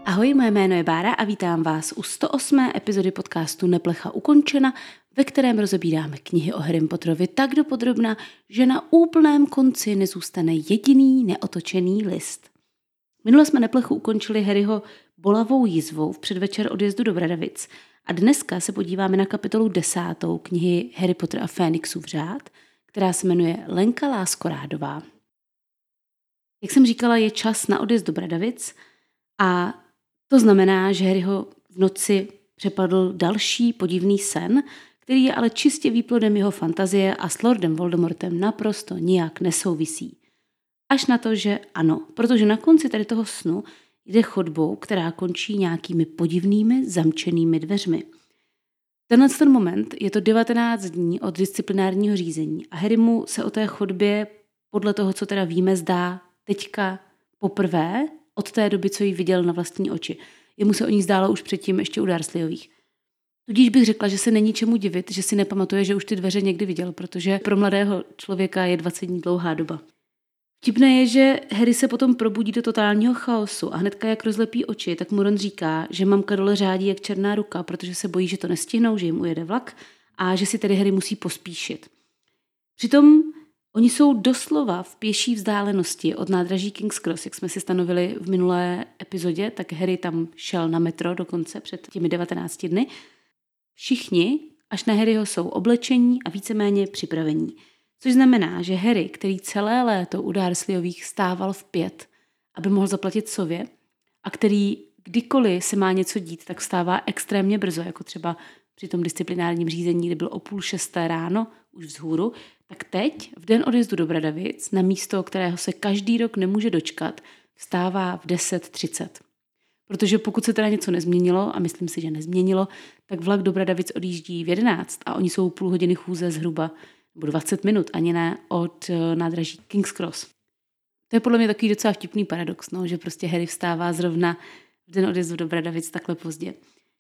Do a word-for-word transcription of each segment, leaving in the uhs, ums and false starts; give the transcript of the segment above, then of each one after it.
Ahoj, moje jméno je Bára a vítám vás u sto osmé epizody podcastu Neplecha ukončena, ve kterém rozebíráme knihy o Harrym Potterovi tak dopodrobna, že na úplném konci nezůstane jediný neotočený list. Minule jsme Neplechu ukončili Harryho bolavou jizvou v předvečer odjezdu do Bradavic a dneska se podíváme na kapitolu desátou knihy Harry Potter a Fénixův řád, která se jmenuje Lenka Láskorádová. Jak jsem říkala, je čas na odjezd do Bradavic a to znamená, že Harryho v noci přepadl další podivný sen, který je ale čistě výplodem jeho fantazie a s Lordem Voldemortem naprosto nijak nesouvisí. Až na to, že ano, protože na konci tady toho snu jde chodbou, která končí nějakými podivnými zamčenými dveřmi. Tenhle ten moment je to devatenáct dní od disciplinárního řízení a Harrymu se o té chodbě, podle toho, co teda víme, zdá teďka poprvé od té doby, co ji viděl na vlastní oči. Jemu se o ní zdálo už předtím ještě u Dursleyových. Tudíž bych řekla, že se není čemu divit, že si nepamatuje, že už ty dveře někdy viděl, protože pro mladého člověka je dvacet dní dlouhá doba. Vtipné je, že Harry se potom probudí do totálního chaosu a hnedka jak rozlepí oči, tak mu Ron říká, že mamka dole řádí jak černá ruka, protože se bojí, že to nestihnou, že jim ujede vlak a že si tedy Harry musí pospíšit. Přitom oni jsou doslova v pěší vzdálenosti od nádraží King's Cross, jak jsme si stanovili v minulé epizodě, tak Harry tam šel na metro dokonce před těmi devatenácti dny. Všichni až na Harryho jsou oblečení a víceméně připravení. Což znamená, že Harry, který celé léto u Dursleyových stával v pět, aby mohl zaplatit sově, a který kdykoliv se má něco dít, tak vstává extrémně brzo, jako třeba při tom disciplinárním řízení, kdy byl o půl šesté ráno, už vzhůru, tak teď, v den odjezdu do Bradavic, na místo, kterého se každý rok nemůže dočkat, vstává v deset třicet. Protože pokud se teda něco nezměnilo, a myslím si, že nezměnilo, tak vlak do Bradavic odjíždí v jedenáct a oni jsou půl hodiny chůze zhruba, nebo dvacet minut, ani ne, od nádraží King's Cross. To je podle mě takový docela vtipný paradox, no, že prostě Harry vstává zrovna v den odjezdu do Bradavic takhle pozdě.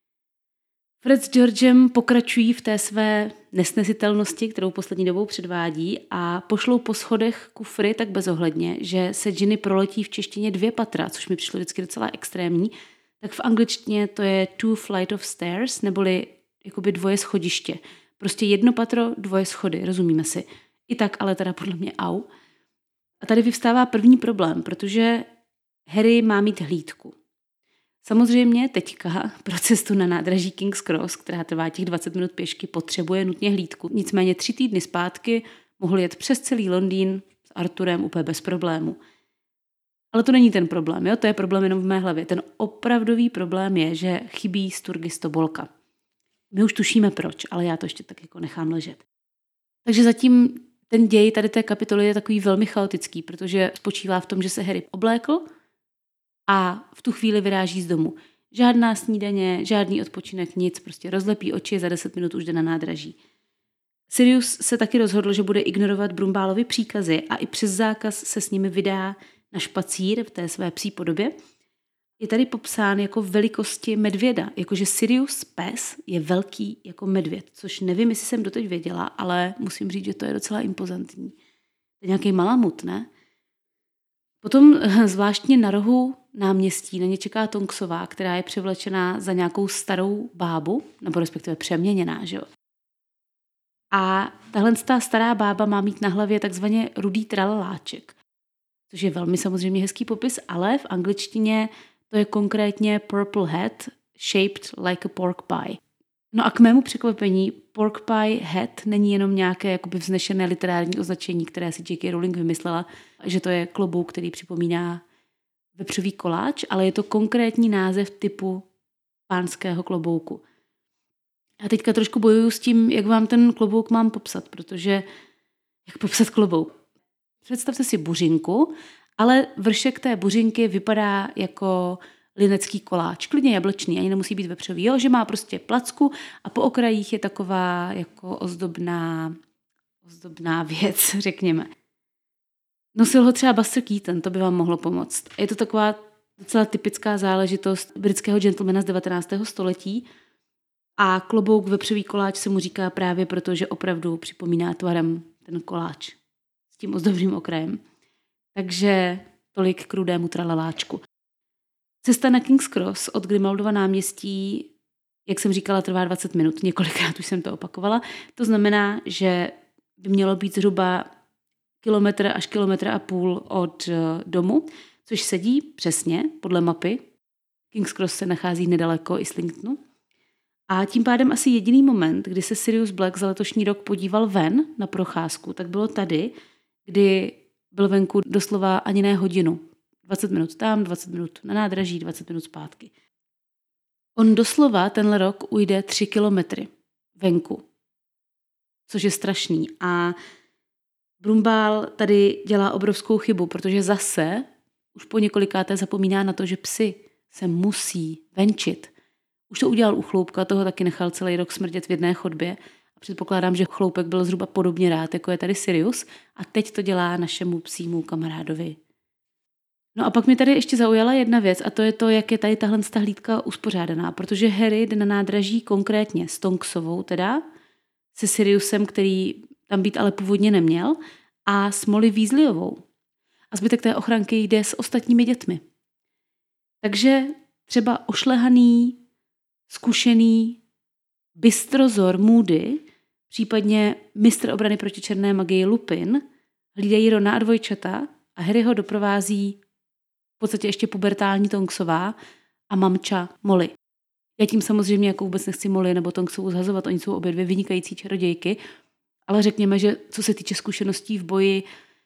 Fred s Georgem pokračují v té své nesnesitelnosti, kterou poslední dobou předvádí a pošlou po schodech kufry tak bezohledně, že se Ginny proletí v češtině dvě patra, což mi přišlo vždycky docela extrémní, tak v angličtině to je two flight of stairs, neboli jakoby dvoje schodiště. Prostě jedno patro, dvoje schody, rozumíme si. I tak, ale teda podle mě au. A tady vyvstává první problém, protože Harry má mít hlídku. Samozřejmě teďka pro cestu na nádraží King's Cross, která trvá těch dvacet minut pěšky, potřebuje nutně hlídku. Nicméně tři týdny zpátky mohl jet přes celý Londýn s Arturem úplně bez problému. Ale to není ten problém, jo? To je problém jenom v mé hlavě. Ten opravdový problém je, že chybí Sturgistobolka. My už tušíme proč, ale já to ještě tak jako nechám ležet. Takže zatím ten děj tady té kapitoly je takový velmi chaotický, protože spočívá v tom, že se Harry oblékl a v tu chvíli vyráží z domu. Žádná snídaně, žádný odpočinek, nic, prostě rozlepí oči, za deset minut už jde na nádraží. Sirius se taky rozhodl, že bude ignorovat Brumbálovy příkazy a i přes zákaz se s nimi vydá na špacír v té své psí podobě. Je tady popsán jako velikosti medvěda, jakože Sirius pes je velký jako medvěd, což nevím, jestli jsem doteď věděla, ale musím říct, že to je docela impozantní. To je nějaký malamut, ne? Potom zvláštně na rohu náměstí na ně čeká Tonksová, která je převlečená za nějakou starou bábu, nebo respektive přeměněná, že jo? A tahle stará bába má mít na hlavě takzvaně rudý tralaláček, což je velmi samozřejmě hezký popis, ale v angličtině to je konkrétně purple hat shaped like a pork pie. No a k mému překvapení pork pie hat není jenom nějaké jakoby vznešené literární označení, které si J K Rowling vymyslela, že to je klobouk, který připomíná vepřový koláč, ale je to konkrétní název typu pánského klobouku. Já teďka trošku bojuju s tím, jak vám ten klobouk mám popsat, protože jak popsat klobouk? Představte si buřinku, ale vršek té buřinky vypadá jako linecký koláč, klidně jablečný, ani nemusí být vepřový, jo? Že má prostě placku a po okrajích je taková jako ozdobná, ozdobná věc, řekněme. Nosil ho třeba Buster Keaton, to by vám mohlo pomoct. Je to taková docela typická záležitost britského gentlemana z devatenáctého století a klobouk vepřový koláč se mu říká právě proto, že opravdu připomíná tvarem ten koláč s tím ozdobným okrajem. Takže tolik k rudému tralaláčku. Cesta na King's Cross od Grimaldova náměstí, jak jsem říkala, trvá dvacet minut. Několikrát už jsem to opakovala. To znamená, že by mělo být zhruba kilometr až kilometr a půl od domu, což sedí přesně podle mapy. King's Cross se nachází nedaleko Islingtonu. A tím pádem asi jediný moment, kdy se Sirius Black za letošní rok podíval ven na procházku, tak bylo tady, kdy byl venku doslova ani ne hodinu. dvacet minut tam, dvacet minut na nádraží, dvacet minut zpátky. On doslova tenhle rok ujde tři kilometry venku, což je strašný. A Brumbál tady dělá obrovskou chybu, protože zase už po několikáté zapomíná na to, že psy se musí venčit. Už to udělal u Chloupka, toho taky nechal celý rok smrdět v jedné chodbě a předpokládám, že Chloupek byl zhruba podobně rád, jako je tady Sirius a teď to dělá našemu psímu kamarádovi. No a pak mi tady ještě zaujala jedna věc a to je to, jak je tady tahle hlídka uspořádaná, protože Harry jde na nádraží konkrétně s Tonksovou teda, se Siriusem, který tam být ale původně neměl, a s Molly Weasleyovou. A zbytek té ochranky jde s ostatními dětmi. Takže třeba ošlehaný, zkušený bystrozor Moody, případně mistr obrany proti černé magii Lupin, hlídají Rona a dvojčata a Harry ho doprovází v podstatě ještě pubertální Tonksová a mamča Molly. Já tím samozřejmě jako vůbec nechci Molly nebo Tonksovu zhazovat, oni jsou obě dvě vynikající čarodějky, ale řekněme, že co se týče zkušeností v boji,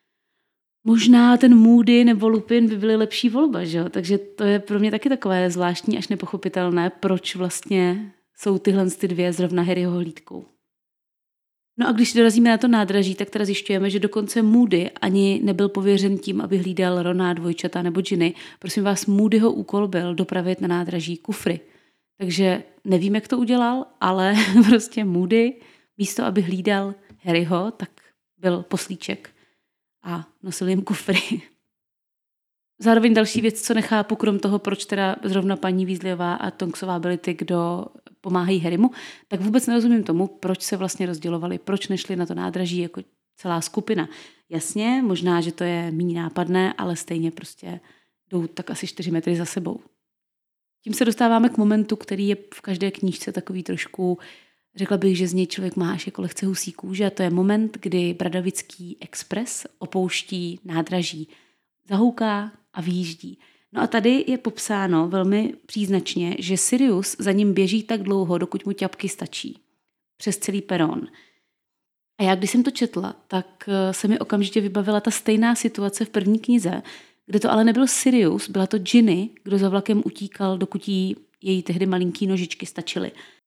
možná ten Moody nebo Lupin by byly lepší volba, že jo? Takže to je pro mě taky takové zvláštní až nepochopitelné, proč vlastně jsou tyhle ty dvě zrovna Harryho hlídkou. No a když dorazíme na to nádraží, tak teda zjišťujeme, že dokonce Moody ani nebyl pověřen tím, aby hlídal Rona, dvojčata nebo Ginny. Prosím vás, Moodyho úkol byl dopravit na nádraží kufry. Takže nevím, jak to udělal, ale prostě Moody místo, aby hlídal Harryho, tak byl poslíček a nosil jim kufry. Zároveň další věc, co nechápu, krom toho, proč teda zrovna paní Weasleyová a Tonksová byly ty, kdo pomáhají Harrymu, tak vůbec nerozumím tomu, proč se vlastně rozdělovali, proč nešli na to nádraží jako celá skupina. Jasně, možná, že to je méně nápadné, ale stejně prostě jdou tak asi čtyři metry za sebou. Tím se dostáváme k momentu, který je v každé knížce takový trošku, řekla bych, že z něj člověk má až jako lehce husí kůže, a to je moment, kdy Bradavický expres opouští nádraží, zahouká a vyjíždí. No a tady je popsáno velmi příznačně, že Sirius za ním běží tak dlouho, dokud mu ťapky stačí. Přes celý peron. A já, když jsem to četla, tak se mi okamžitě vybavila ta stejná situace v první knize, kde to ale nebyl Sirius, byla to Ginny, kdo za vlakem utíkal, dokud jí její tehdy malinký nožičky stačily.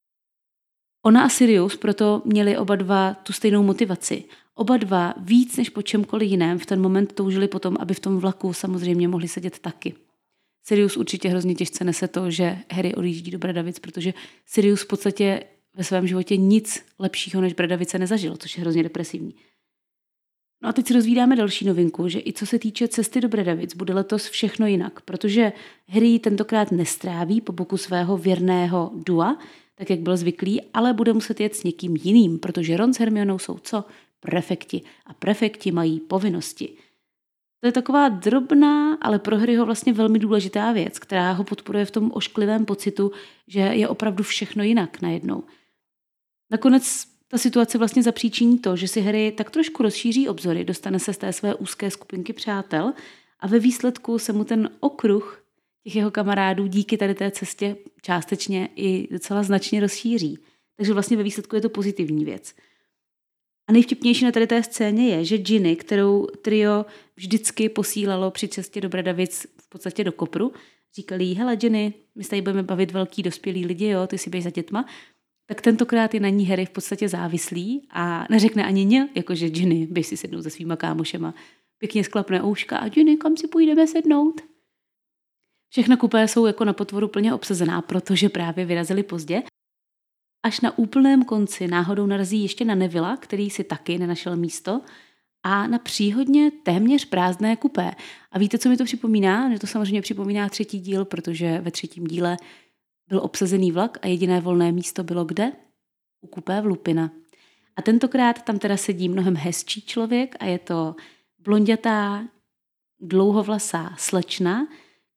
Ona a Sirius proto měli oba dva tu stejnou motivaci. Oba dva víc než po čemkoliv jiném v ten moment toužili potom, aby v tom vlaku samozřejmě mohli sedět taky. Sirius určitě hrozně těžce nese to, že Harry odjíždí do Bradavic, protože Sirius v podstatě ve svém životě nic lepšího než Bradavice nezažil, což je hrozně depresivní. No a teď si rozvídáme další novinku, že i co se týče cesty do Bradavic, bude letos všechno jinak, protože Harry tentokrát nestráví po boku svého věrného Dua, tak jak byl zvyklý, ale bude muset jet s někým jiným, protože Ron s Hermionou jsou co? Prefekti. A prefekti mají povinnosti. To je taková drobná, ale pro Harryho vlastně velmi důležitá věc, která ho podporuje v tom ošklivém pocitu, že je opravdu všechno jinak najednou. Nakonec ta situace vlastně zapříčiní to, že si Harry tak trošku rozšíří obzory, dostane se z té své úzké skupinky přátel a ve výsledku se mu ten okruh těch jeho kamarádů díky tady té cestě částečně i docela značně rozšíří. Takže vlastně ve výsledku je to pozitivní věc. A nejvtipnější na tady té scéně je, že Ginny, kterou trio vždycky posílalo při cestě do Bradavic v podstatě do kopru, říkali jí, hele Ginny, my se tady budeme bavit velký dospělí lidi, jo, ty si běž za dětma, tak tentokrát je na ní Harry v podstatě závislý a neřekne ani ně, jakože Ginny, běž si sednout se svýma kámošema. Pěkně sklapne ouška a Ginny, kam si půjdeme sednout? Všechna kupé jsou jako na potvoru plně obsazená, protože právě vyrazili pozdě. Až na úplném konci náhodou narazí ještě na Nevilla, který si taky nenašel místo, a na příhodně téměř prázdné kupé. A víte, co mi to připomíná? Mě to samozřejmě připomíná třetí díl, protože ve třetím díle byl obsazený vlak a jediné volné místo bylo kde? U kupé v Lupina. A tentokrát tam teda sedí mnohem hezčí člověk a je to blondětá, dlouhovlasá slečna,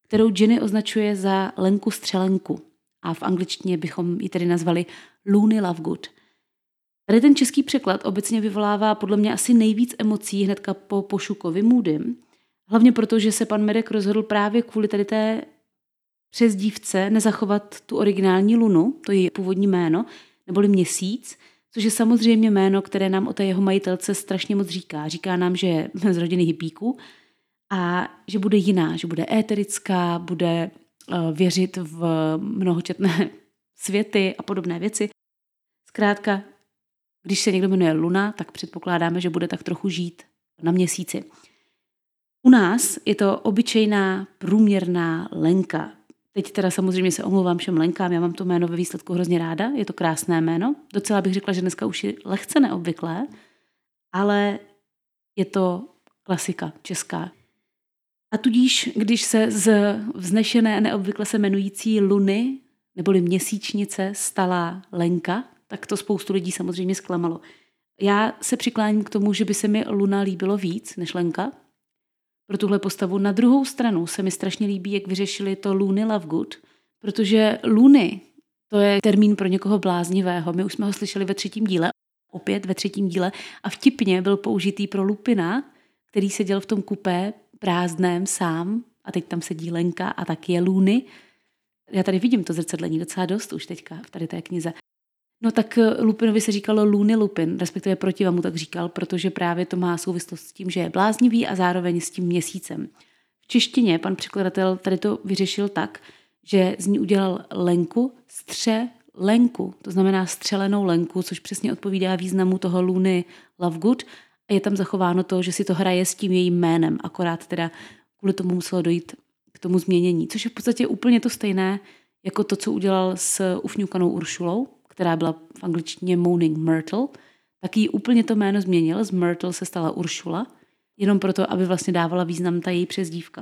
kterou Ginny označuje za Lenku střelenku. A v angličtině bychom ji tedy nazvali Loony Lovegood. Tady ten český překlad obecně vyvolává podle mě asi nejvíc emocí hnedka po Pošukovi Moodym. Hlavně proto, že se pan Medek rozhodl právě kvůli tady té přezdívce nezachovat tu originální Lunu, to je původní jméno, neboli Měsíc, což je samozřejmě jméno, které nám o té jeho majitelce strašně moc říká. Říká nám, že je z rodiny hippíků a že bude jiná, že bude éterická, bude uh, věřit v mnohočetné světy a podobné věci. Zkrátka, když se někdo jmenuje Luna, tak předpokládáme, že bude tak trochu žít na Měsíci. U nás je to obyčejná průměrná Lenka. Teď teda samozřejmě se omlouvám všem Lenkám, já mám to jméno ve výsledku hrozně ráda, je to krásné jméno. Docela bych řekla, že dneska už je lehce neobvyklé, ale je to klasika česká. A tudíž, když se z vznešené neobvykle se jmenující Luny, neboli Měsíčnice, stala Lenka, tak to spoustu lidí samozřejmě zklamalo. Já se přikláním k tomu, že by se mi Luna líbilo víc než Lenka, pro tuhle postavu. Na druhou stranu se mi strašně líbí, jak vyřešili to Loony Lovegood, protože Loony, to je termín pro někoho bláznivého. My už jsme ho slyšeli ve třetím díle, opět ve třetím díle, a vtipně byl použitý pro Lupina, který seděl v tom kupé prázdném sám a teď tam sedí Lenka a tak je Loony. Já tady vidím to zrcadlení docela dost už teďka v tady té knize. No tak Lupinovi se říkalo Loony Lupin, respektive Protiva mu tak říkal, protože právě to má souvislost s tím, že je bláznivý a zároveň s tím měsícem. V češtině pan překladatel tady to vyřešil tak, že z ní udělal Lenku střelenku, to znamená střelenou Lenku, což přesně odpovídá významu toho Loony Lovegood a je tam zachováno to, že si to hraje s tím jejím jménem, akorát teda kvůli tomu muselo dojít k tomu změnění, což je v podstatě úplně to stejné jako to, co udělal s ufňukanou Uršulou, která byla v angličtině Moaning Myrtle, tak jí úplně to jméno změnil, z Myrtle se stala Uršula, jenom proto, aby vlastně dávala význam ta její přezdívka.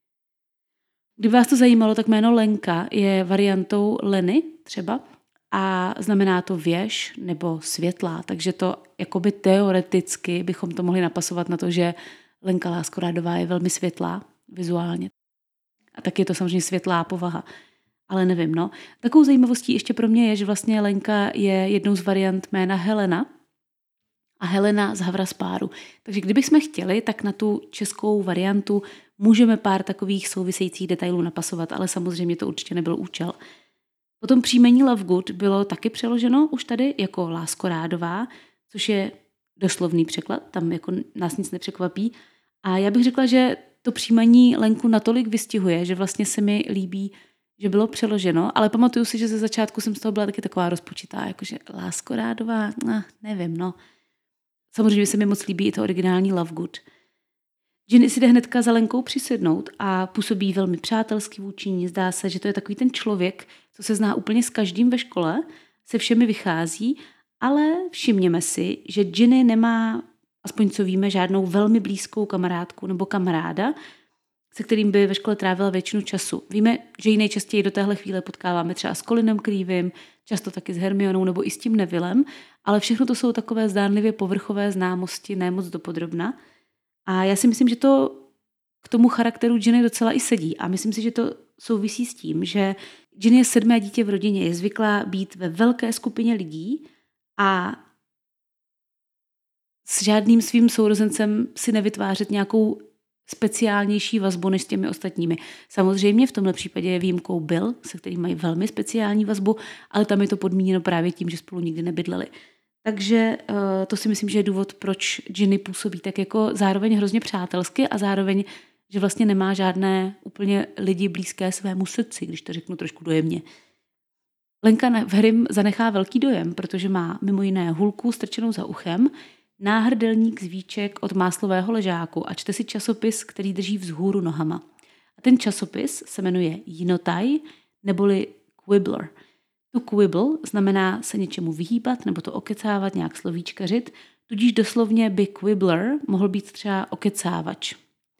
Kdyby vás to zajímalo, tak jméno Lenka je variantou Leny třeba a znamená to věž nebo světlá, takže to jakoby teoreticky bychom to mohli napasovat na to, že Lenka Láskorádová je velmi světlá vizuálně. A tak je to samozřejmě světlá povaha. Ale nevím, no. Takovou zajímavostí ještě pro mě je, že vlastně Lenka je jednou z variant jména Helena a Helena z Havraspáru. Takže kdybychom chtěli, tak na tu českou variantu můžeme pár takových souvisejících detailů napasovat, ale samozřejmě to určitě nebyl účel. Potom příjmení Lovegood bylo taky přeloženo už tady jako Láskorádová, což je doslovný překlad, tam jako nás nic nepřekvapí. A já bych řekla, že to příjmení Lenku natolik vystihuje, že vlastně se mi líbí, že bylo přeloženo, ale pamatuju si, že ze začátku jsem z toho byla taky taková rozpočitá, jakože Láskorádová, no, nevím, no. Samozřejmě se mi moc líbí i to originální Lovegood. Ginny si jde hnedka za Lenkou přisednout a působí velmi přátelsky vůči ní. Zdá se, že to je takový ten člověk, co se zná úplně s každým ve škole, se všemi vychází, ale všimněme si, že Ginny nemá, aspoň co víme, žádnou velmi blízkou kamarádku nebo kamaráda, se kterým by ve škole trávila většinu času. Víme, že ji nejčastěji do téhle chvíle potkáváme třeba s Colinem Creevym, často taky s Hermionou nebo i s tím Nevillem, ale všechno to jsou takové zdánlivě povrchové známosti, ne moc dopodrobna. A já si myslím, že to k tomu charakteru Ginny docela i sedí. A myslím si, že to souvisí s tím, že Ginny je sedmé dítě v rodině, je zvyklá být ve velké skupině lidí a s žádným svým sourozencem si nevytvářet nějakou speciálnější vazbu než s těmi ostatními. Samozřejmě v tomhle případě je výjimkou Bill, se kterým mají velmi speciální vazbu, ale tam je to podmíněno právě tím, že spolu nikdy nebydleli. Takže uh, to si myslím, že je důvod, proč Ginny působí tak jako zároveň hrozně přátelsky a zároveň, že vlastně nemá žádné úplně lidi blízké svému srdci, když to řeknu trošku dojemně. Lenka v Harrym zanechá velký dojem, protože má mimo jiné hulku strčenou za uchem, náhrdelník z víček od máslového ležáku a čte si časopis, který drží vzhůru nohama. A ten časopis se jmenuje Jinotaj neboli Quibbler. To quibble znamená se něčemu vyhýbat nebo to okecávat, nějak slovíčkařit, tudíž doslovně by Quibbler mohl být třeba okecávač.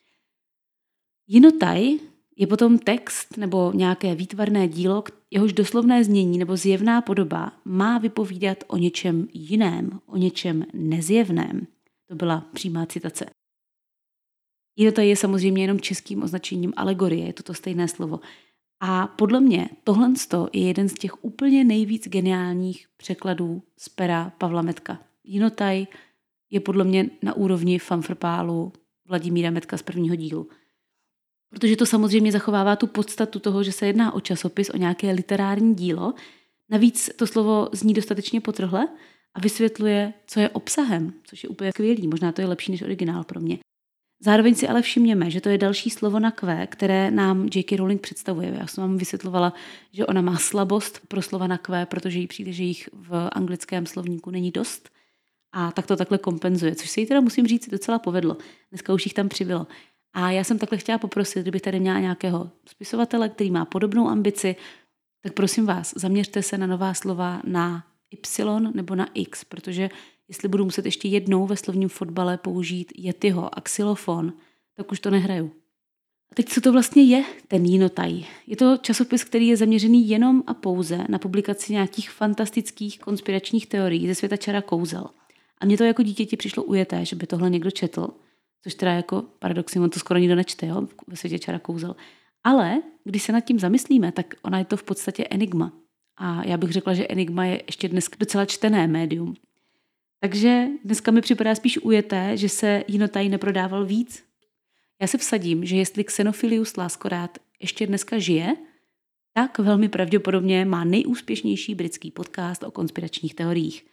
Jinotaj je potom text nebo nějaké výtvarné dílo, jehož doslovné znění nebo zjevná podoba má vypovídat o něčem jiném, o něčem nezjevném. To byla přímá citace. Jinotaj je samozřejmě jenom českým označením alegorie, je to to stejné slovo. A podle mě tohle je jeden z těch úplně nejvíc geniálních překladů z pera Pavla Metka. Jinotaj je podle mě na úrovni fanfrpálu Vladimíra Metka z prvního dílu. Protože to samozřejmě zachovává tu podstatu toho, že se jedná o časopis, o nějaké literární dílo. Navíc to slovo zní dostatečně potrhle a vysvětluje, co je obsahem, což je úplně skvělý. Možná to je lepší než originál pro mě. Zároveň si ale všimněme, že to je další slovo na Q, které nám J K. Rowling představuje. Já jsem vám vysvětlovala, že ona má slabost pro slova na Q, protože jí přijde, že jich v anglickém slovníku není dost. A tak to takhle kompenzuje, což se jí teda musím říct docela povedlo. Dneska už jich tam přibylo. A já jsem takhle chtěla poprosit, kdybych tady měla nějakého spisovatele, který má podobnou ambici, tak prosím vás, zaměřte se na nová slova na Y nebo na X, protože jestli budu muset ještě jednou ve slovním fotbale použít Yetiho a xylofon, tak už to nehraju. A teď co to vlastně je ten Jinotaj? Je to časopis, který je zaměřený jenom a pouze na publikaci nějakých fantastických konspiračních teorií ze světa čara kouzel. A mně to jako dítěti přišlo ujeté, že by tohle někdo četl, což teda jako paradoxně, on to skoro nikdo nečte, jo, ve světě čara kouzel. Ale když se nad tím zamyslíme, tak ona je to v podstatě enigma. A já bych řekla, že enigma je ještě dnes docela čtené médium. Takže dneska mi připadá spíš ujeté, že se Jinotaj neprodával víc. Já se vsadím, že jestli Xenophilius Láskorát ještě dneska žije, tak velmi pravděpodobně má nejúspěšnější britský podcast o konspiračních teoriích.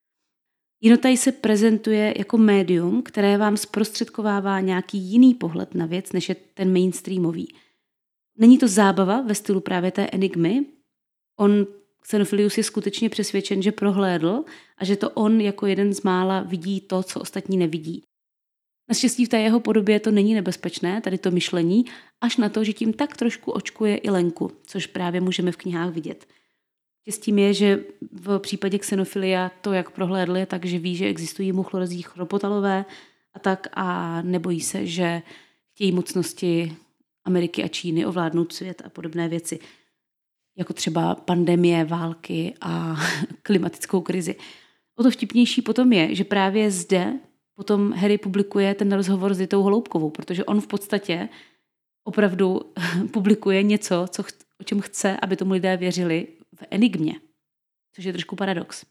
Jinotaj se prezentuje jako médium, které vám zprostředkovává nějaký jiný pohled na věc, než je ten mainstreamový. Není to zábava ve stylu právě té enigmy. On, Xenophilius, je skutečně přesvědčen, že prohlédl a že to on jako jeden z mála vidí to, co ostatní nevidí. Naštěstí v té jeho podobě to není nebezpečné, tady to myšlení, až na to, že tím tak trošku očkuje i Lenku, což právě můžeme v knihách vidět. Štěstím je, že v případě Xenophilia to, jak prohlédl, je tak, že ví, že existují muchlorazí chropotalové a tak a nebojí se, že chtějí mocnosti Ameriky a Číny ovládnout svět a podobné věci, jako třeba pandemie, války a klimatickou krizi. O to vtipnější potom je, že právě zde potom Harry publikuje ten rozhovor s Jitou Holoubkovou, protože on v podstatě opravdu publikuje něco, co ch- o čem chce, aby tomu lidé věřili v enigmě, což je trošku paradox.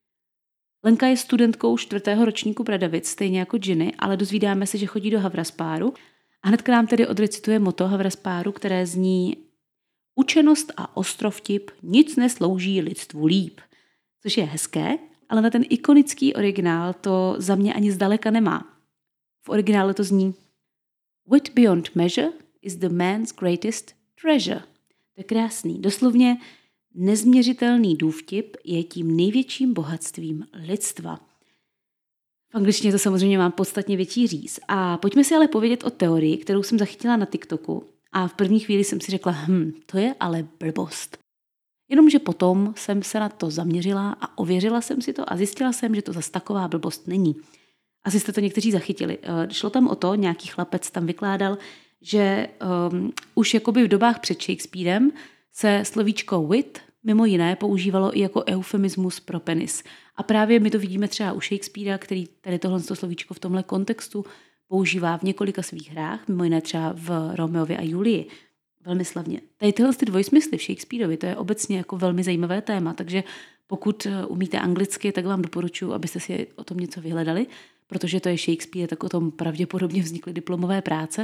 Lenka je studentkou čtvrtého ročníku Bradavic, stejně jako Ginny, ale dozvídáme se, že chodí do Havraspáru a hned k nám tedy odrecituje motto Havraspáru, které zní: Učenost a ostrovtip nic neslouží lidstvu líp, což je hezké, ale na ten ikonický originál to za mě ani zdaleka nemá. V originále to zní: Wit beyond measure is the man's greatest treasure. To je krásný. Doslovně nezměřitelný důvtip je tím největším bohatstvím lidstva. V angličtině to samozřejmě mám podstatně větší říz. A pojďme si ale povědět o teorii, kterou jsem zachytila na TikToku. A v první chvíli jsem si řekla, hm, to je ale blbost. Jenomže potom jsem se na to zaměřila a ověřila jsem si to a zjistila jsem, že to zas taková blbost není. Asi jste to někteří zachytili. Šlo tam o to, nějaký chlapec tam vykládal, že um, už jakoby v dobách před Shakespearem se slovíčko wit mimo jiné používalo i jako eufemismus pro penis. A právě my to vidíme třeba u Shakespearea, který tady tohle slovíčko v tomhle kontextu používá v několika svých hrách, mimo jiné třeba v Romeovi a Julii. Velmi slavně. Tady tyhle ty dvojsmysly v Shakespeareovi, to je obecně jako velmi zajímavé téma, takže pokud umíte anglicky, tak vám doporučuji, abyste si o tom něco vyhledali, protože to je Shakespeare, tak o tom pravděpodobně vznikly diplomové práce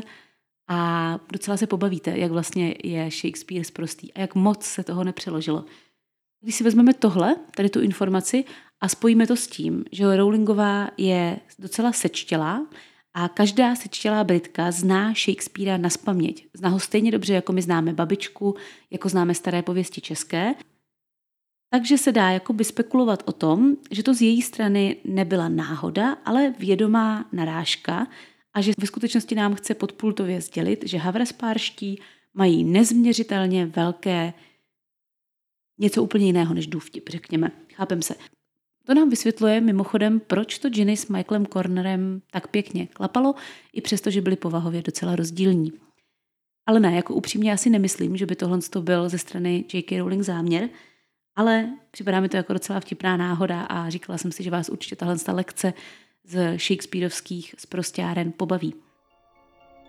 a docela se pobavíte, jak vlastně je Shakespeare sprostý a jak moc se toho nepřeložilo. Když si vezmeme tohle, tady tu informaci a spojíme to s tím, že Rowlingová je docela sečtělá a každá sečtělá Britka zná Shakespearea nazpaměť. Zná ho stejně dobře, jako my známe babičku, jako známe staré pověsti české. Takže se dá jakoby spekulovat o tom, že to z její strany nebyla náhoda, ale vědomá narážka a že ve skutečnosti nám chce podpultově sdělit, že havraspárští mají nezměřitelně velké něco úplně jiného než důvtip, řekněme. Chápem se. To nám vysvětluje mimochodem, proč to Ginny s Michaelem Cornerem tak pěkně klapalo, i přesto, že byli povahově docela rozdílní. Ale ne, jako upřímně asi nemyslím, že by tohle byl ze strany J K. Rowling záměr, ale připadá mi to jako docela vtipná náhoda a říkala jsem si, že vás určitě tahle lekce z shakespearovských sprosťáren pobaví.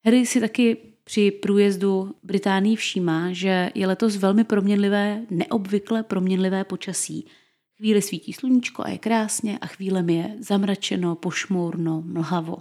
Harry si taky při průjezdu Británii všímá, že je letos velmi proměnlivé, neobvykle proměnlivé počasí. Chvíli svítí sluníčko a je krásně a chvílemi je zamračeno, pošmourno, mlhavo.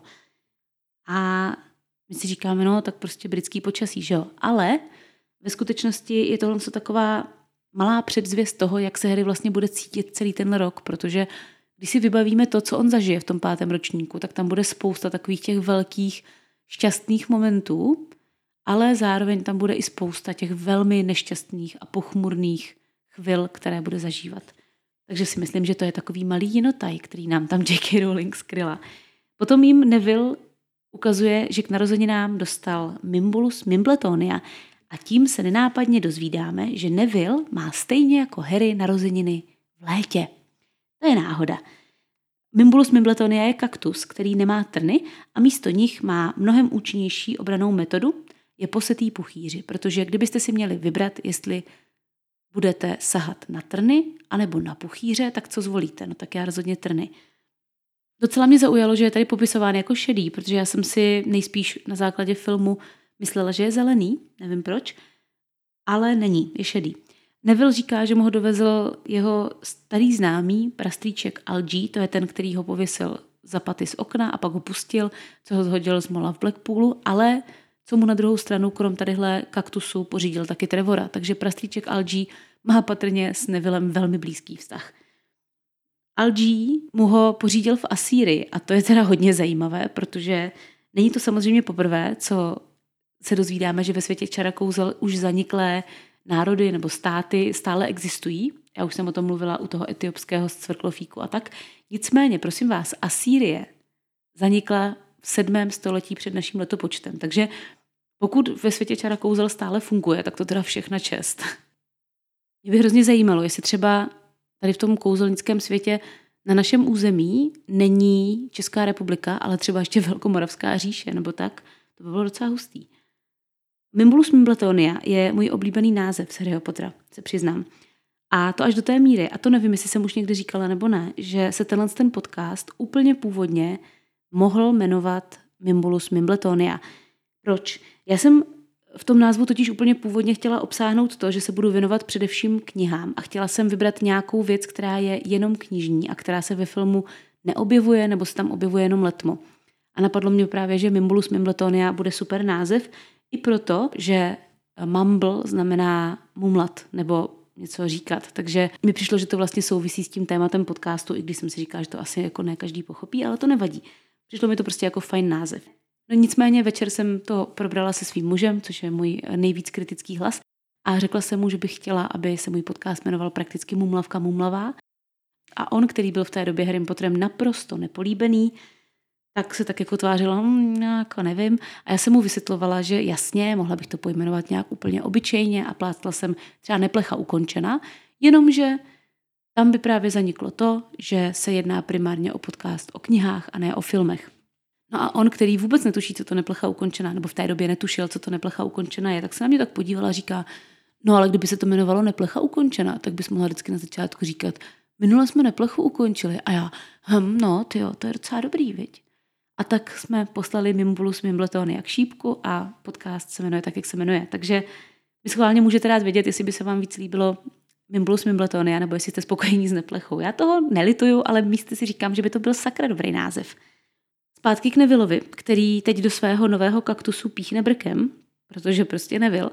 A my si říkáme, no tak prostě britský počasí, že jo. Ale ve skutečnosti je tohle taková malá předzvěst toho, jak se Harry vlastně bude cítit celý ten rok, protože když si vybavíme to, co on zažije v tom pátém ročníku, tak tam bude spousta takových těch velkých šťastných momentů, ale zároveň tam bude i spousta těch velmi nešťastných a pochmurných chvil, které bude zažívat. Takže si myslím, že to je takový malý jinotaj, který nám tam J K. Rowling skryla. Potom jim Neville ukazuje, že k narozeninám dostal Mimbulus Mimbletonia a tím se nenápadně dozvídáme, že Neville má stejně jako Harry narozeniny v létě. To je náhoda. Mimbulus Mimbletonia je kaktus, který nemá trny a místo nich má mnohem účinnější obrannou metodu, je posetý puchýři, protože kdybyste si měli vybrat, jestli budete sahat na trny anebo na puchýře, tak co zvolíte? No tak já rozhodně trny. Docela mě zaujalo, že je tady popisován jako šedý, protože já jsem si nejspíš na základě filmu myslela, že je zelený, nevím proč, ale není, je šedý. Neville říká, že mu ho dovezl jeho starý známý prastrýček Algie, to je ten, který ho pověsil za paty z okna a pak ho pustil, co ho zhodil z mola v Blackpoolu, ale co mu na druhou stranu, krom tadyhle kaktusu, pořídil taky Trevora. Takže prastrýček Algie má patrně s Nevillem velmi blízký vztah. Algie mu ho pořídil v Asýrii a to je teda hodně zajímavé, protože není to samozřejmě poprvé, co se dozvídáme, že ve světě čar a kouzel už zaniklé národy nebo státy stále existují. Já už jsem o tom mluvila u toho etiopského cvrklofíku a tak. Nicméně, prosím vás, Asýrie zanikla v sedmém století před naším letopočtem. Takže pokud ve světě čar a kouzel stále funguje, tak to teda všechna čest. Mě by hrozně zajímalo, jestli třeba tady v tom kouzelnickém světě na našem území není Česká republika, ale třeba ještě Velkomoravská říše, nebo tak. To by bylo docela hustý. Mimbulus Mimbletonia je můj oblíbený název z Harryho Pottera, se přiznám. A to až do té míry, a to nevím, jestli jsem už někdy říkala nebo ne, že se tenhle ten podcast úplně původně mohl jmenovat Mimbulus Mimbletonia. Proč? Já jsem v tom názvu totiž úplně původně chtěla obsáhnout to, že se budu věnovat především knihám a chtěla jsem vybrat nějakou věc, která je jenom knižní a která se ve filmu neobjevuje nebo se tam objevuje jenom letmo. A napadlo mě právě, že Mimbulus Mimbletonia bude super název, i proto, že mumble znamená mumlat nebo něco říkat. Takže mi přišlo, že to vlastně souvisí s tím tématem podcastu, i když jsem si říkala, že to asi jako ne každý pochopí, ale to nevadí. Přišlo mi to prostě jako fajn název. No nicméně večer jsem to probrala se svým mužem, což je můj nejvíc kritický hlas, a řekla jsem mu, že bych chtěla, aby se můj podcast jmenoval prakticky Mumlavka Mumlavá. A on, který byl v té době Harrym Potterem naprosto nepolíbený, tak se tak jako tvářilo, hm, jako nevím. A já jsem mu vysvětlovala, že jasně, mohla bych to pojmenovat nějak úplně obyčejně a plátla jsem třeba Neplecha ukončena, jenomže tam by právě zaniklo to, že se jedná primárně o podcast o knihách a ne o filmech. No a on, který vůbec netuší, co to Neplecha ukončena, nebo v té době netušil, co to Neplecha ukončena je, tak se na mě tak podívala a říká, no ale kdyby se to jmenovalo Neplecha ukončena, tak bys mohla vždycky na začátku říkat, minule jsme Neplechu ukončili. A já, hm, no tyjo, to je docela dobrý, viď? A tak jsme poslali Mimbulus Mimbletonia k šípku a podcast se jmenuje tak, jak se jmenuje. Takže vy schválně můžete rád vědět, jestli by se vám víc líbilo Mimbulus Mimbletonia, nebo jestli jste spokojení s Neplechou. Já toho nelituju, ale místy si říkám, že by to byl sakra dobrý název. Zpátky k Nevillovi, který teď do svého nového kaktusu píchne brkem, protože prostě Neville,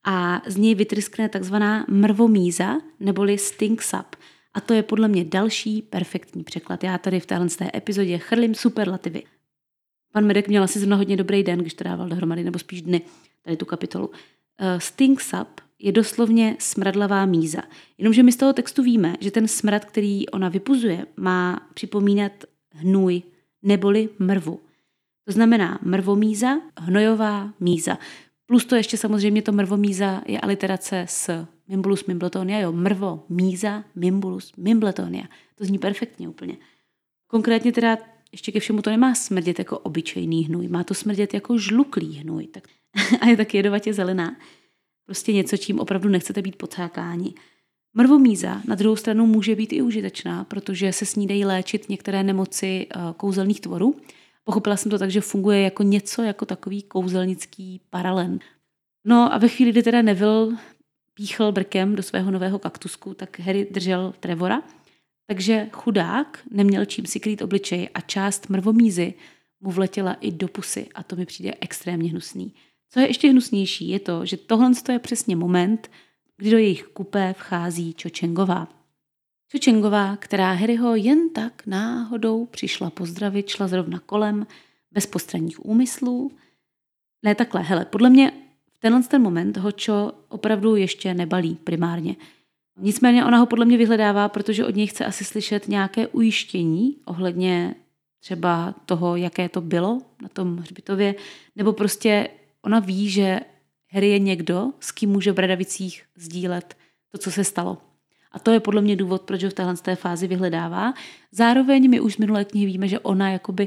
a z něj vytryskne takzvaná mrvomíza, neboli stink sap. A to je podle mě další perfektní překlad. Já tady v téhle epizodě chrlím superlativy. Pan Medek měl asi zrovna hodně dobrý den, když to dával dohromady, nebo spíš dny, tady tu kapitolu. Uh, stink sap je doslovně smradlavá míza. Jenomže my z toho textu víme, že ten smrad, který ona vypuzuje, má připomínat hnůj neboli mrvu. To znamená mrvomíza, hnojová míza. Plus to ještě samozřejmě to mrvomíza je aliterace s Mimbulus Mimbletonia, jo, mrvo, míza, Mimbulus Mimbletonia. To zní perfektně úplně. Konkrétně teda ještě ke všemu to nemá smrdět jako obyčejný hnůj, má to smrdět jako žluklý hnůj. Tak, a je tak jedovatě zelená. Prostě něco, čím opravdu nechcete být pocákáni. Mrvomíza na druhou stranu může být i užitečná, protože se s ní dají léčit některé nemoci kouzelných tvorů. Pochopila jsem to tak, že funguje jako něco, jako takový kouzelnický paralen. No a ve chvíli, kdy teda Neville píchl brkem do svého nového kaktusku, tak Harry držel Trevora, takže chudák neměl čím si krýt obličej a část mrvomízy mu vletěla i do pusy a to mi přijde extrémně hnusný. Co je ještě hnusnější, je to, že tohle je přesně moment, kdy do jejich kupé vchází Cho Chang-ová. Cho Chang-ová, která Harryho jen tak náhodou přišla pozdravit, šla zrovna kolem, bez postranních úmyslů. Ne takhle, hele, podle mě v tenhle ten moment ho Cho opravdu ještě nebalí primárně. Nicméně ona ho podle mě vyhledává, protože od něj chce asi slyšet nějaké ujištění ohledně třeba toho, jaké to bylo na tom hřbitově, nebo prostě ona ví, že Harry je někdo, s kým může v Bradavicích sdílet to, co se stalo. A to je podle mě důvod, proč ho v téhle té fázi vyhledává. Zároveň my už z minulé knihy víme, že ona jakoby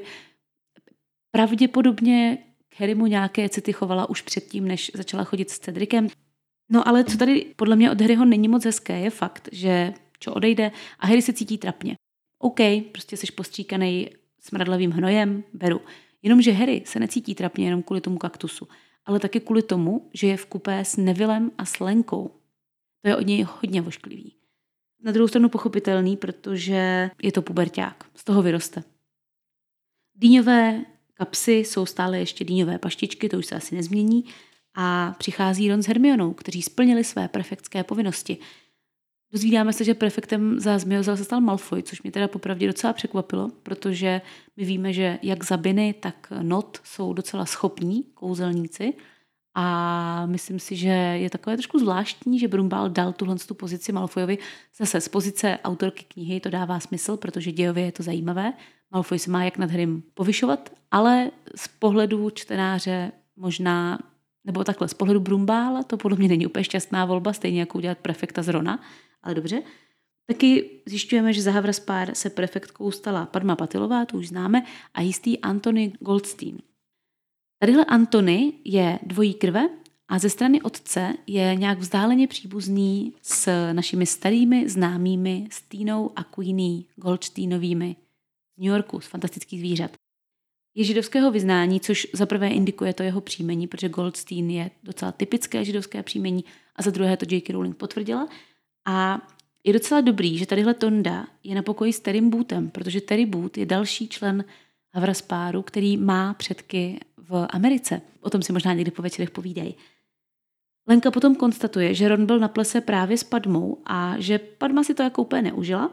pravděpodobně k Harrymu nějaké city chovala už předtím, než začala chodit s Cedricem. No ale co tady podle mě od Harryho není moc hezké, je fakt, že Cho odejde a Harry se cítí trapně. OK, prostě jsi postříkanej smradlavým hnojem, beru. Jenomže Harry se necítí trapně jenom kvůli tomu kaktusu, ale taky kvůli tomu, že je v kupé s Nevillem a s Lenkou. To je od něj hodně vošklivý. Na druhou stranu pochopitelný, protože je to puberťák. Z toho vyroste. Dýňové kapsy jsou stále ještě dýňové paštičky, to už se asi nezmění. A přichází Ron s Hermionou, kteří splnili své prefektské povinnosti. Dozvídáme se, že prefektem za Zmiozel se stal Malfoy, což mě teda popravdě docela překvapilo, protože my víme, že jak Zabiny, tak Not jsou docela schopní kouzelníci a myslím si, že je takové trošku zvláštní, že Brumbál dal tuhle tu pozici Malfoyovi. Zase z pozice autorky knihy to dává smysl, protože dějově je to zajímavé. Malfoy se má jak nad Harrym povyšovat, ale z pohledu čtenáře možná, nebo takhle, z pohledu Brumbála to podle mě není úplně šťastná volba, stejně jako udělat prefekta z Rona, ale dobře. Taky zjišťujeme, že za Havraspár se prefektkou stala Padma Patilová, to už známe, a jistý Antony Goldstein. Tadyhle Antony je dvojí krve a ze strany otce je nějak vzdáleně příbuzný s našimi starými známými Steenou a Queenie Goldsteinovými z New Yorku, z Fantastických zvířat. Je židovského vyznání, což za prvé indikuje to jeho příjmení, protože Goldstein je docela typické židovské příjmení a za druhé to J K. Rowling potvrdila. A je docela dobrý, že tadyhle Tonda je na pokoji s Terrym Bootem, protože Terry Boot je další člen Havraspáru, který má předky v Americe. O tom si možná někdy po večerech povídají. Lenka potom konstatuje, že Ron byl na plese právě s Padmou a že Padma si to jako úplně neužila.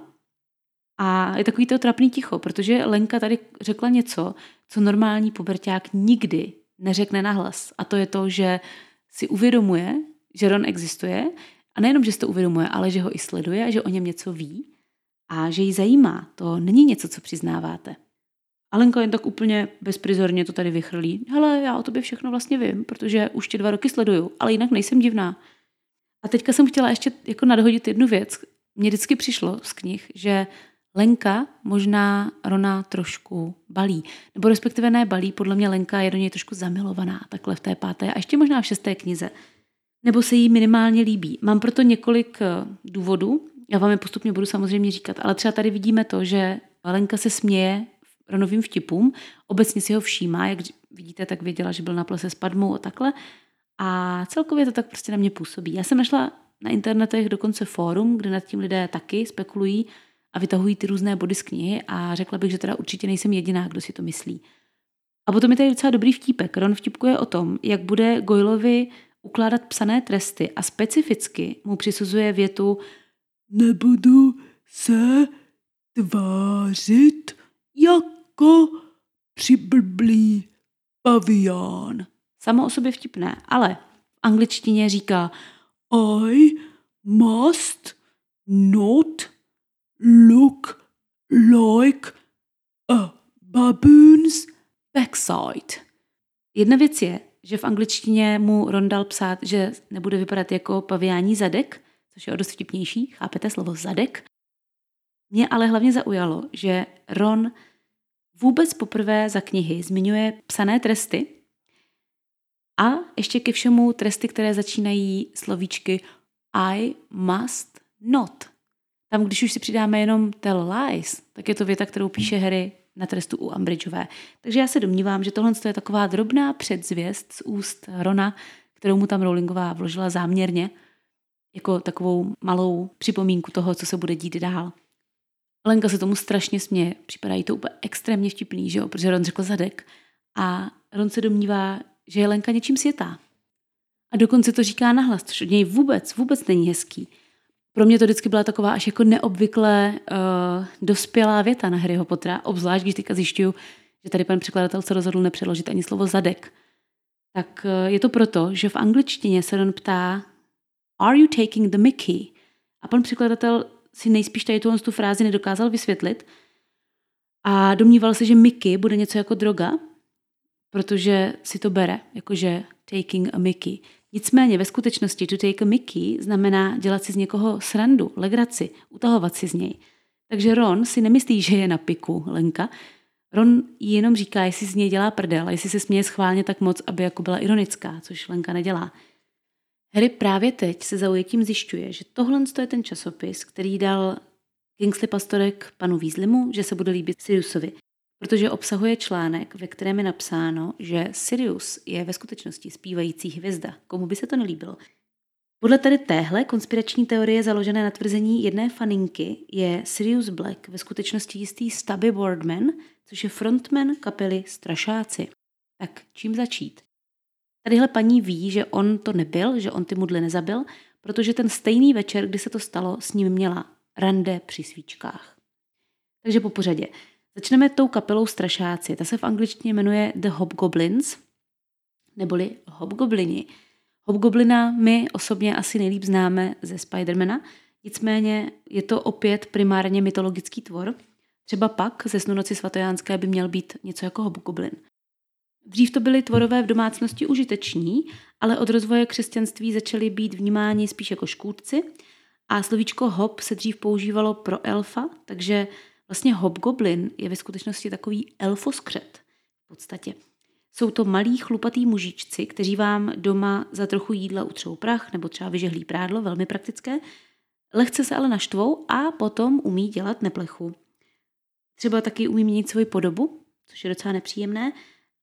A je takový to trapný ticho, protože Lenka tady řekla něco, co normální puberťák nikdy neřekne nahlas. A to je to, že si uvědomuje, že Ron existuje a nejenom, že si to uvědomuje, ale že ho i sleduje, že o něm něco ví a že ji zajímá. To není něco, co přiznáváte. A Lenka jen tak úplně bezprizorně to tady vychrlí. Hele, já o tobě všechno vlastně vím, protože už tě dva roky sleduju, ale jinak nejsem divná. A teďka jsem chtěla ještě jako nadhodit jednu věc. Mně vždycky přišlo z knih, že Lenka možná Rona trošku balí. Nebo respektive ne balí, podle mě Lenka je do něj trošku zamilovaná, takhle v té páté a ještě možná v šesté knize. Nebo se jí minimálně líbí. Mám proto několik důvodů, já vám je postupně budu samozřejmě říkat, ale třeba tady vidíme to, že Lenka se směje Ronovým vtipům, obecně si ho všímá, jak vidíte, tak věděla, že byl na plese s Padmou a takhle. A celkově to tak prostě na mě působí. Já jsem našla na internetech dokonce fórum, kde nad tím lidé taky spekulují a vytahují ty různé body z knihy a řekla bych, že teda určitě nejsem jediná, kdo si to myslí. A potom je tady docela dobrý vtípek. Ron vtipkuje o tom, jak bude Goyleovi ukládat psané tresty a specificky mu přisuzuje větu nebudu se tvářit jako přiblblý pavián. Samo o sobě vtipné, ale v angličtině říká I must not look like a baboon's backside. Jedna věc je, že v angličtině mu Ron dal psát, že nebude vypadat jako paviání zadek, což je o dost vtipnější, chápete slovo zadek. Mě ale hlavně zaujalo, že Ron vůbec poprvé za knihy zmiňuje psané tresty a ještě ke všemu tresty, které začínají slovíčky I must not. Tam, když už si přidáme jenom tell lies, tak je to věta, kterou píše Harry na trestu u Umbridgeové. Takže já se domnívám, že tohle je taková drobná předzvěst z úst Rona, kterou mu tam Rowlingová vložila záměrně, jako takovou malou připomínku toho, co se bude dít dál. Lenka se tomu strašně směje, připadá jí to úplně extrémně vtipný, že jo? Protože Ron řekl zadek a Ron se domnívá, že je Lenka něčím světá. A dokonce to říká nahlas, což od něj vůbec, vůbec není hezký. Pro mě to vždycky byla taková až jako neobvykle uh, dospělá věta na Harryho Pottera, obzvlášť když teďka zjišťuju, že tady pan překladatel se rozhodl nepřeložit ani slovo zadek. Tak uh, je to proto, že v angličtině se Ron ptá Are you taking the Mickey? A pan překladatel si nejspíš tady tuhle tu frázi nedokázal vysvětlit a domníval se, že Mickey bude něco jako droga, protože si to bere, jakože taking a Mickey. Nicméně ve skutečnosti to take a Mickey znamená dělat si z někoho srandu, legraci, utahovat si z něj. Takže Ron si nemyslí, že je na piku Lenka. Ron jí jenom říká, jestli z něj dělá prdel a jestli se směje schválně tak moc, aby jako byla ironická, což Lenka nedělá. Harry právě teď se zaujetím zjišťuje, že tohle je ten časopis, který dal Kingsley Pastorek panu Weasleymu, že se bude líbit Siriusovi, protože obsahuje článek, ve kterém je napsáno, že Sirius je ve skutečnosti zpívající hvězda. Komu by se to nelíbilo? Podle tady téhle konspirační teorie založené na tvrzení jedné faninky je Sirius Black ve skutečnosti jistý Stubby Boardman, což je frontman kapely Strašáci. Tak čím začít? Tadyhle paní ví, že on to nebyl, že on ty mudly nezabil, protože ten stejný večer, kdy se to stalo, s ním měla rande při svíčkách. Takže po pořadě. Začneme tou kapelou Strašáci. Ta se v angličtině jmenuje The Hobgoblins, neboli Hobgoblini. Hobgoblina my osobně asi nejlíp známe ze Spidermana, nicméně je to opět primárně mytologický tvor. Třeba pak ze Snu noci svatojánské by měl být něco jako Hobgoblin. Dřív to byly tvorové v domácnosti užiteční, ale od rozvoje křesťanství začaly být vnímáni spíš jako škůdci a slovíčko hob se dřív používalo pro elfa, takže vlastně hobgoblin je ve skutečnosti takový elfoskřet v podstatě. Jsou to malí chlupatý mužičci, kteří vám doma za trochu jídla utřou prach nebo třeba vyžehlí prádlo, velmi praktické. Lehce se ale naštvou a potom umí dělat neplechu. Třeba taky umí měnit svoji podobu, což je docela nepříjemné.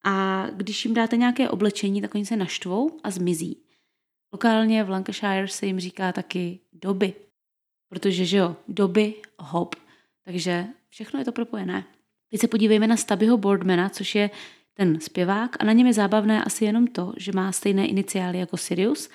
A když jim dáte nějaké oblečení, tak oni se naštvou a zmizí. Lokálně v Lancashire se jim říká taky doby, protože že jo, doby, hob, takže všechno je to propojené. Teď se podívejme na Stubbyho Boardmana, což je ten zpěvák a na něm je zábavné asi jenom to, že má stejné iniciály jako Sirius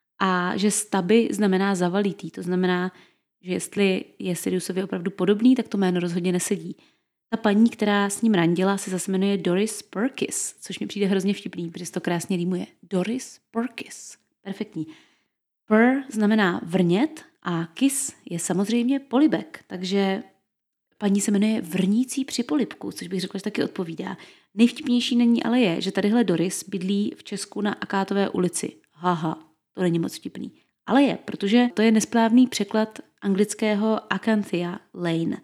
a že Stubby znamená zavalitý, to znamená, že jestli je Siriusovi opravdu podobný, tak to jméno rozhodně nesedí. Ta paní, která s ním randila, se zase jmenuje Doris Perkis, což mi přijde hrozně vtipný, protože to krásně rýmuje. Doris Perkis. Perfektní. Per znamená vrnět a kiss je samozřejmě polibek, takže paní se jmenuje vrnící při polibku, což bych řekla, že taky odpovídá. Nejvtipnější není ale je, že tadyhle Doris bydlí v Česku na Akátové ulici. Haha, to není moc vtipný. Ale je, protože to je nesprávný překlad anglického Acanthia Lane.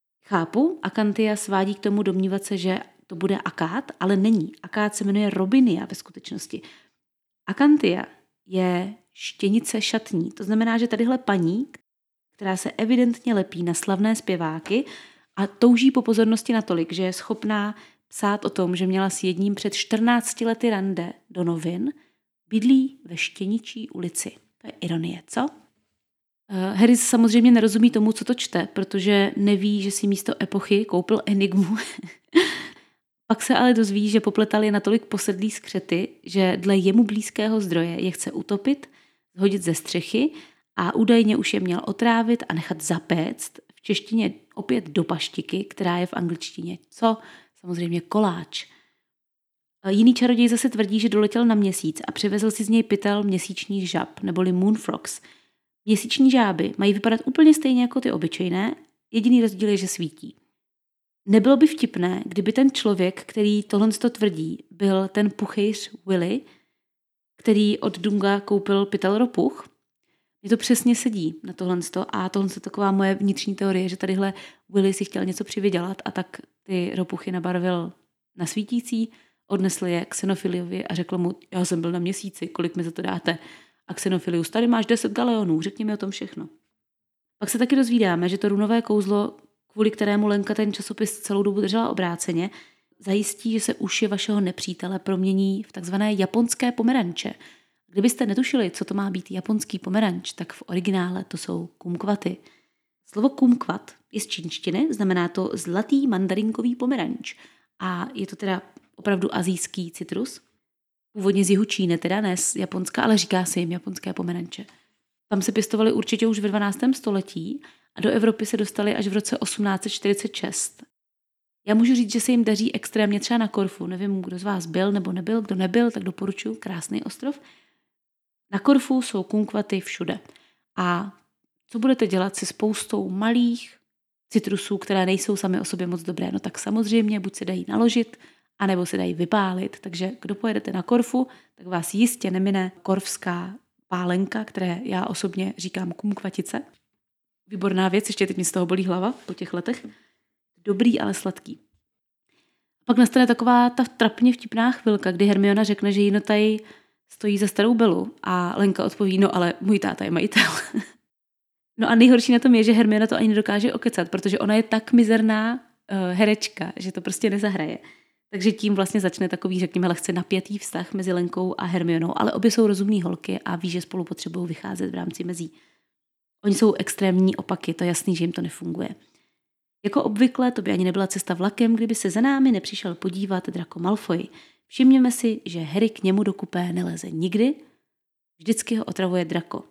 Chápu, Acanthia svádí k tomu domnívat se, že to bude akát, ale není. Akát se jmenuje Robinia ve skutečnosti. Acanthia je štěnice šatní. To znamená, že tadyhle paní, která se evidentně lepí na slavné zpěváky a touží po pozornosti natolik, že je schopná psát o tom, že měla s jedním před čtrnácti lety rande do novin, bydlí ve Štěničí ulici. To je ironie, co? Harry samozřejmě nerozumí tomu, co to čte, protože neví, že si místo epochy koupil Enigmu. Pak se ale dozví, že popletal je natolik posedlý skřety, že dle jemu blízkého zdroje je chce utopit, zhodit ze střechy a údajně už je měl otrávit a nechat zapéct. V češtině opět do paštiky, která je v angličtině co? Samozřejmě koláč. Jiný čaroděj zase tvrdí, že doletěl na měsíc a přivezl si z něj pytel měsíčních žab, neboli moonfrogs. Měsíční žáby mají vypadat úplně stejně jako ty obyčejné, jediný rozdíl je, že svítí. Nebylo by vtipné, kdyby ten člověk, který tohle tvrdí, byl ten puchejř Willy, který od Dunga koupil pytel ropuch. Mně to přesně sedí na tohle a tohle je taková moje vnitřní teorie, že tadyhle Willy si chtěl něco přivydělat a tak ty ropuchy nabarvil na svítící, odnesl je k Xenofiliovi a řekl mu, já jsem byl na měsíci, kolik mi za to dáte? A Xenofilius, tady máš deset galeonů, řekni mi o tom všechno. Pak se taky dozvídáme, že to runové kouzlo kvůli kterému Lenka ten časopis celou dobu držela obráceně, zajistí, že se uši vašeho nepřítele promění v takzvané japonské pomeranče. Kdybyste netušili, co to má být japonský pomeranč, tak v originále to jsou kumkvaty. Slovo kumkvat je z čínštiny, znamená to zlatý mandarinkový pomeranč. A je to teda opravdu asijský citrus. Původně z jihu Číny, teda ne z Japonska, ale říká se jim japonské pomeranče. Tam se pěstovali určitě už ve dvanáctém století a do Evropy se dostali až v roce osmnáct set čtyřicet šest. Já můžu říct, že se jim daří extrémně třeba na Korfu. Nevím, kdo z vás byl nebo nebyl. Kdo nebyl, tak doporučuji, krásný ostrov. Na Korfu jsou kumkvaty všude. A co budete dělat se spoustou malých citrusů, které nejsou sami o sobě moc dobré? No tak samozřejmě buď se dají naložit, anebo se dají vypálit. Takže kdo pojedete na Korfu, tak vás jistě nemine korfská pálenka, které já osobně říkám kumkvatice. Výborná věc, ještě teď mi z toho bolí hlava po těch letech. Dobrý, ale sladký. Pak nastane taková ta trapně vtipná chvilka, kdy Hermiona řekne, že jí tady stojí za starou Belu a Lenka odpoví, no ale můj táta je majitel. No a nejhorší na tom je, že Hermiona to ani nedokáže okecat, protože ona je tak mizerná uh, herečka, že to prostě nezahraje. Takže tím vlastně začne takový, řekněme, lehce napjatý vztah mezi Lenkou a Hermionou, ale obě jsou rozumný holky a ví, že spolu potřebují vycházet v rámci mezí. Oni jsou extrémní opaky, to je jasný, že jim to nefunguje. Jako obvykle, to by ani nebyla cesta vlakem, kdyby se za námi nepřišel podívat Draco Malfoy. Všimněme si, že Harry k němu do kupé neleze nikdy, vždycky ho otravuje Draco.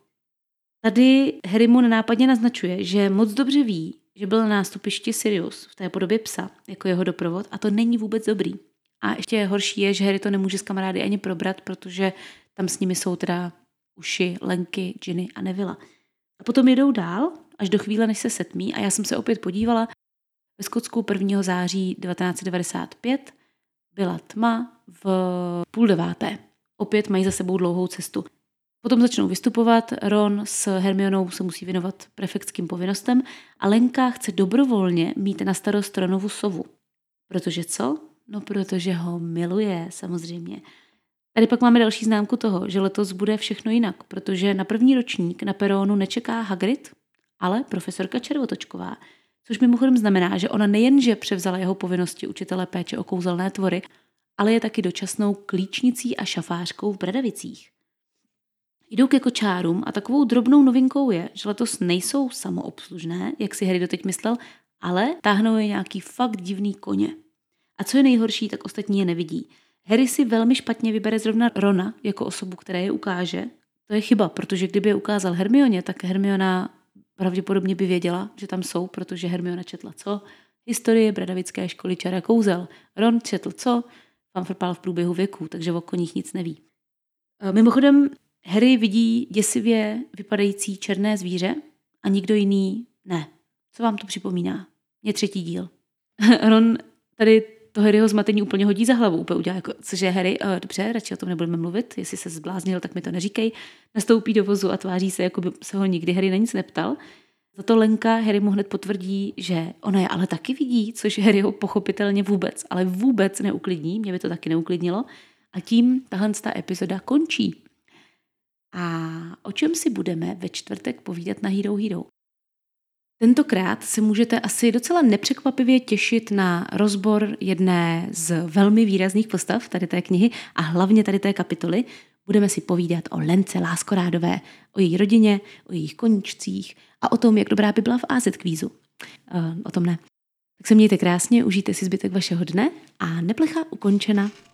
Tady Harry mu nenápadně naznačuje, že moc dobře ví, že byl na nástupišti Sirius v té podobě psa, jako jeho doprovod, a to není vůbec dobrý. A ještě horší je, že Harry to nemůže s kamarády ani probrat, protože tam s nimi jsou teda uši, Lenky, Ginny a Nevilla. A potom jedou dál, až do chvíle, než se setmí, a já jsem se opět podívala. Ve Skotsku prvního září devatenáct set devadesát pět byla tma v půl deváté. Opět mají za sebou dlouhou cestu. Potom začnou vystupovat, Ron s Hermionou se musí věnovat prefektským povinnostem a Lenka chce dobrovolně mít na starost Ronovu sovu. Protože co? No protože ho miluje, samozřejmě. Tady pak máme další známku toho, že letos bude všechno jinak, protože na první ročník na peronu nečeká Hagrid, ale profesorka Červotočková, což mimochodem znamená, že ona nejenže převzala jeho povinnosti učitele péče o kouzelné tvory, ale je taky dočasnou klíčnicí a šafářkou v Bradavicích. Jdou ke kočárům a takovou drobnou novinkou je, že letos nejsou samoobslužné, jak si Harry doteď myslel, ale táhnou je nějaký fakt divný koně. A co je nejhorší, tak ostatní je nevidí. Harry si velmi špatně vybere zrovna Rona jako osobu, která je ukáže. To je chyba, protože kdyby je ukázal Hermioně, tak Hermiona pravděpodobně by věděla, že tam jsou, protože Hermiona četla co? Historie Bradavické školy čar a kouzel. Ron četl co? Fanfrpál v průběhu věku, takže o koních nic neví. Mimochodem, Harry vidí děsivě vypadající černé zvíře a nikdo jiný ne. Co vám to připomíná? Je třetí díl. Ron tady to Harryho zmatení úplně hodí za hlavu. Úplně udělá jako, cože Harry, uh, dobře, radši o tom nebudeme mluvit, jestli se zbláznil, tak mi to neříkej. Nastoupí do vozu a tváří se, jako by se ho nikdy Harry na nic neptal. Za to Lenka Harry mu hned potvrdí, že ona je ale taky vidí, což Harryho pochopitelně vůbec, ale vůbec neuklidní, mě by to taky neuklidnilo. A tím tahle ta epizoda končí. A o čem si budeme ve čtvrtek povídat na Hero Hero? Tentokrát se můžete asi docela nepřekvapivě těšit na rozbor jedné z velmi výrazných postav tady té knihy a hlavně tady té kapitoly. Budeme si povídat o Lence Láskorádové, o její rodině, o jejich koníčcích a o tom, jak dobrá by byla v á zet kvízu. Uh, o tom ne. Tak se mějte krásně, užijte si zbytek vašeho dne a Neplecha ukončena.